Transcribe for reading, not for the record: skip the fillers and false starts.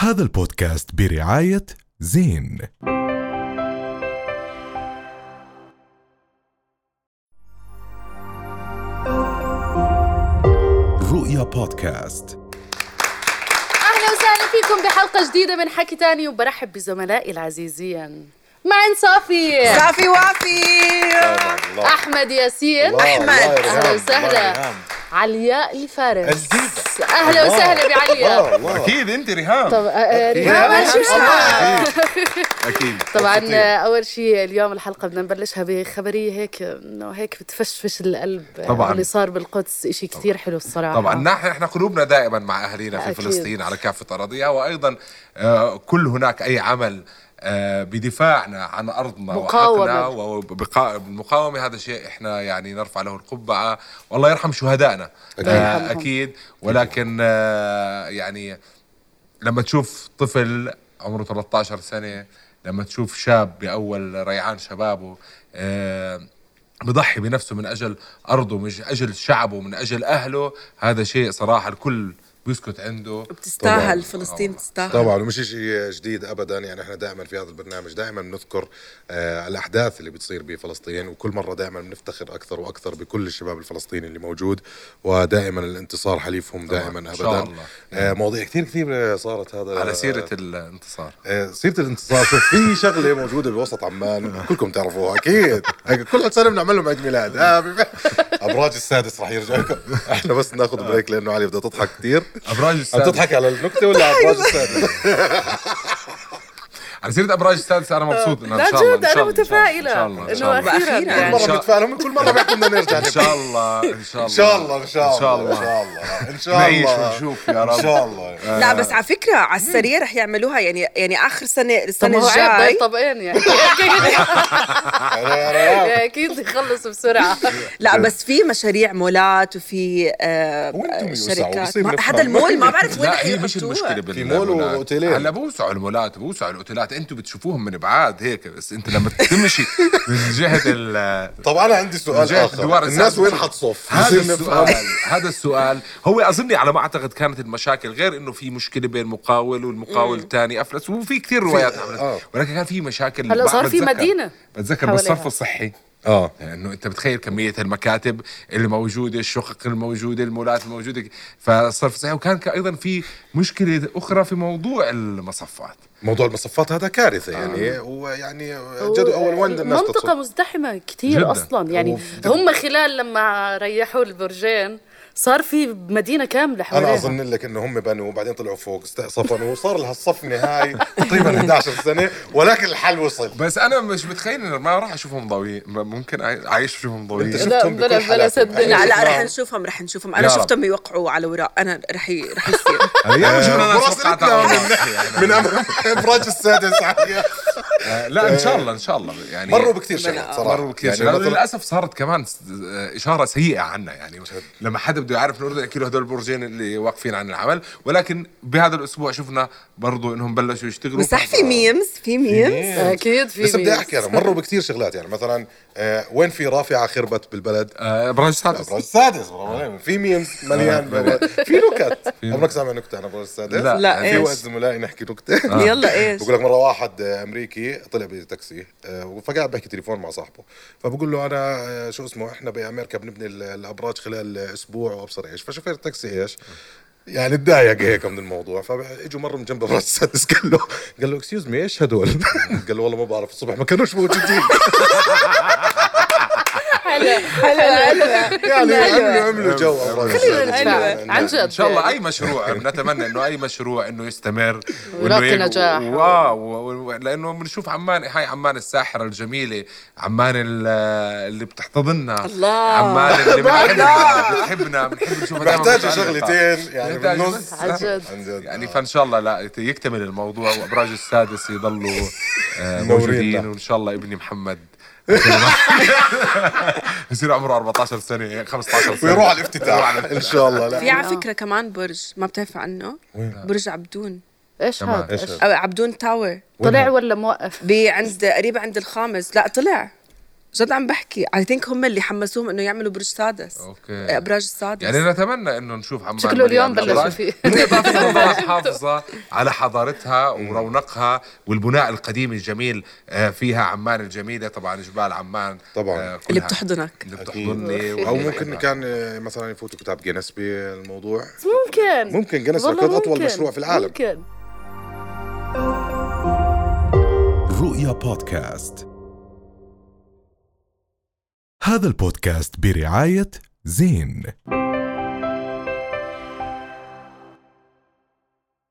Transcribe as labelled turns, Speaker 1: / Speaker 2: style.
Speaker 1: هذا البودكاست برعاية زين. رؤيا بودكاست.
Speaker 2: أهلا وسهلا فيكم بحلقة جديدة من حكي تاني، وبرحب بزملائي العزيزين. معن صافي
Speaker 3: وافي
Speaker 2: أحمد ياسين أهلا وسهلا. علياء الفارس أهلا وسهلا بعلياء.
Speaker 4: أكيد أنت ريهام.
Speaker 2: طب ريهام
Speaker 4: أكيد.
Speaker 2: طبعا أول شيء اليوم الحلقة بدنا نبلشها بخبرية هيك إنه هيك بتفشفش القلب.
Speaker 4: طبعا
Speaker 2: اللي صار بالقدس إشي كتير حلو الصراحة.
Speaker 4: طبعا نحن قلوبنا دائما مع أهالينا في فلسطين على كافة أراضيها، وأيضا كل هناك أي عمل بدفاعنا عن أرضنا وحقنا وبالمقاومة، هذا شيء إحنا يعني نرفع له القبعة، والله يرحم شهدائنا أكيد. ولكن يعني لما تشوف طفل عمره 13 سنة، لما تشوف شاب بأول ريعان شبابه بضحي بنفسه من أجل أرضه، من أجل شعبه، من أجل أهله، هذا شيء صراحة الكل بيسكت عنده.
Speaker 3: بتستاهل فلسطين، تستاهل
Speaker 5: طبعا، ومش شيء جديد ابدا. يعني احنا دائما في هذا البرنامج دائما بنذكر الاحداث اللي بتصير بفلسطين، وكل مره دائما بنفتخر اكثر واكثر بكل الشباب الفلسطيني اللي موجود، ودائما الانتصار حليفهم دائما ابدا. مواضيع كثير صارت هذا
Speaker 4: على سيرة الانتصار.
Speaker 5: سيرة الانتصار، شوف في شغله موجوده بوسط عمان كلكم تعرفوها اكيد. كل سنه بنعمل لهم عيد ميلاد. ابراج السادس راح يرجع لكم. احنا بس ناخذ بريك لانه علي بدها تضحك كثير.
Speaker 4: أبراج السادس.
Speaker 5: تضحك على النكتة ولا على أبراج السادس؟
Speaker 4: على سيرة أبراج السادس أنا مبسوط إن
Speaker 2: لا
Speaker 4: شاء الله.
Speaker 2: جد أنا متفائلة إنه أخيرا
Speaker 3: يعني
Speaker 5: مرة بنتفائل، كل مرة بيحكوا بدنا نرجع.
Speaker 4: إن شاء الله إن شاء الله
Speaker 5: إن شاء الله إن شاء
Speaker 4: إن شاء
Speaker 5: الله
Speaker 4: الله
Speaker 5: إن شاء الله
Speaker 4: نعيش ونشوف يا رب
Speaker 5: إن شاء الله.
Speaker 3: لا بس على فكرة على السريع رح يعملوها، يعني آخر سنة السنة
Speaker 2: الجاي
Speaker 3: الجاي.
Speaker 2: طبعين يعني أكيد يخلص بسرعة.
Speaker 3: لا بس في مشاريع مولات وفي شركات. هذا المول ما بعرف وين.
Speaker 4: لا هي مش المشكلة
Speaker 5: في مول وأوتيلين.
Speaker 4: هلا بوسعوا المولات، بوسعوا الأوتيلات، أنتوا بتشوفوهم من بعاد هيك، بس أنت لما تمشي من جهة
Speaker 5: طب أنا عندي سؤال آخر، الناس وين حتصف؟
Speaker 4: هذا السؤال هو أظني على ما أعتقد كانت المشاكل، غير إنه في مشكلة بين مقاول والمقاول الثاني أفلس، وفي كثير روايات عملت، ولكن كان في مشاكل.
Speaker 2: هلا صار في مدينة
Speaker 4: بتذكر بالصرف الصحي انه انت بتخيل كميه المكاتب اللي موجوده، الشقق الموجوده، المولات الموجوده، فالصرف الصحي. وكان ايضا في مشكله اخرى في موضوع المصفات.
Speaker 5: موضوع المصفات هذا كارثه يعني، ويعني جدوا اول وين الناس
Speaker 2: منطقه مزدحمه كتير اصلا يعني. هم خلال لما ريحوا البرجين صار في مدينة كاملة حواليها.
Speaker 5: أنا أظن لك إنه هم بنوا وبعدين طلعوا فوق صفنوا وصار لها الصفنة هاي تقريبا 11 سنة، ولكن الحل وصل.
Speaker 4: بس أنا مش متخيل إنه ما راح أشوفهم ضوئيين، ممكن عايش أشوفهم ضوئيين.
Speaker 5: أنت شفتهم بكل حالاتهم.
Speaker 3: لا رح نشوفهم. أنا شفتهم يوقعوا على وراء. أنا رح يصير.
Speaker 5: من أبراج السادس.
Speaker 4: لا إن شاء الله يعني
Speaker 5: مروا بكثير شغلات صراحة.
Speaker 4: مروا بكثير شغلات. للأسف صارت كمان إشارة سيئة عنا يعني، لما حدا بده يعرف الأردن يحكي له هدول البرجين اللي واقفين عن العمل. ولكن بهذا الأسبوع شفنا برضو إنهم بلشوا يشتغلوا.
Speaker 3: صح في ميمز
Speaker 2: أكيد في.
Speaker 5: بس بدي أحكي أنا مروا بكثير شغلات يعني. مثلا وين في رافعة خربت بالبلد؟
Speaker 4: أبراج
Speaker 5: السادس. في ميمز مليان. في نكت. عمرك سامع نكتة عن أبراج السادس؟
Speaker 3: لا
Speaker 5: في وقت زملائي نحكي نكتة.
Speaker 3: يلا إيش؟
Speaker 5: بقول لك مرة واحد أمريكي طلع بتاكسي فقاعد بحكي تليفون مع صاحبه، فبقول له أنا شو اسمه إحنا بأمريكا بنبني الأبراج خلال أسبوع وأبصر إيش. فشوفير التاكسي إيش يعني تضايق هيك من الموضوع، فاجوا مرة من جنب أبراج السادس قال له اكسكيوز مي إيش هدول؟ قال له والله ما بعرف، الصبح ما كانوش موجودين. يعني عملوا جو.
Speaker 2: عن جد
Speaker 4: ان شاء الله اي مشروع بنتمنى انه اي مشروع انه يستمر
Speaker 2: ويلاقي نجاح.
Speaker 4: لانه بنشوف عمان، هاي عمان الساحره الجميله، عمان اللي بتحتضننا، عمان اللي بنحبنا بنحب نشوفها دائما.
Speaker 5: محتاجه شغلتين يعني بالنص
Speaker 2: عن جد
Speaker 4: يعني. فان شاء الله لا يكتمل الموضوع وابراج السادس يضلوا موجودين، وان شاء الله ابني محمد يصير عمره 14 سنة 15 سنة
Speaker 5: ويروح على الافتتاح إن شاء الله. لا
Speaker 3: في على فكرة كمان برج ما بتعرف عنه. برج عبدون.
Speaker 2: إيش هذا؟
Speaker 3: عبدون تاور.
Speaker 2: طلع ولا موقف؟
Speaker 3: عند قريبة عند الخامس. لا طلع جد عم بحكي I think هم اللي حمسوهم انه يعملوا برج سادس.
Speaker 4: اوكي.
Speaker 3: ابراج السادس.
Speaker 4: يعني نتمنى انه نشوف عمان
Speaker 2: شكله اليوم بلشوا فيه.
Speaker 4: بالاضافه انها محافظه على حضارتها ورونقها والبناء القديم الجميل فيها. عمان الجميله طبعا، جبال عمان
Speaker 5: طبعا
Speaker 3: اللي بتحضنك،
Speaker 4: اللي بتحضني.
Speaker 5: او ممكن كان مثلا يفوتوا كتاب جينيس بالموضوع.
Speaker 2: ممكن
Speaker 5: جينيس ركض اطول مشروع في العالم.
Speaker 2: ممكن.
Speaker 1: رؤيا بودكاست. هذا البودكاست برعاية زين.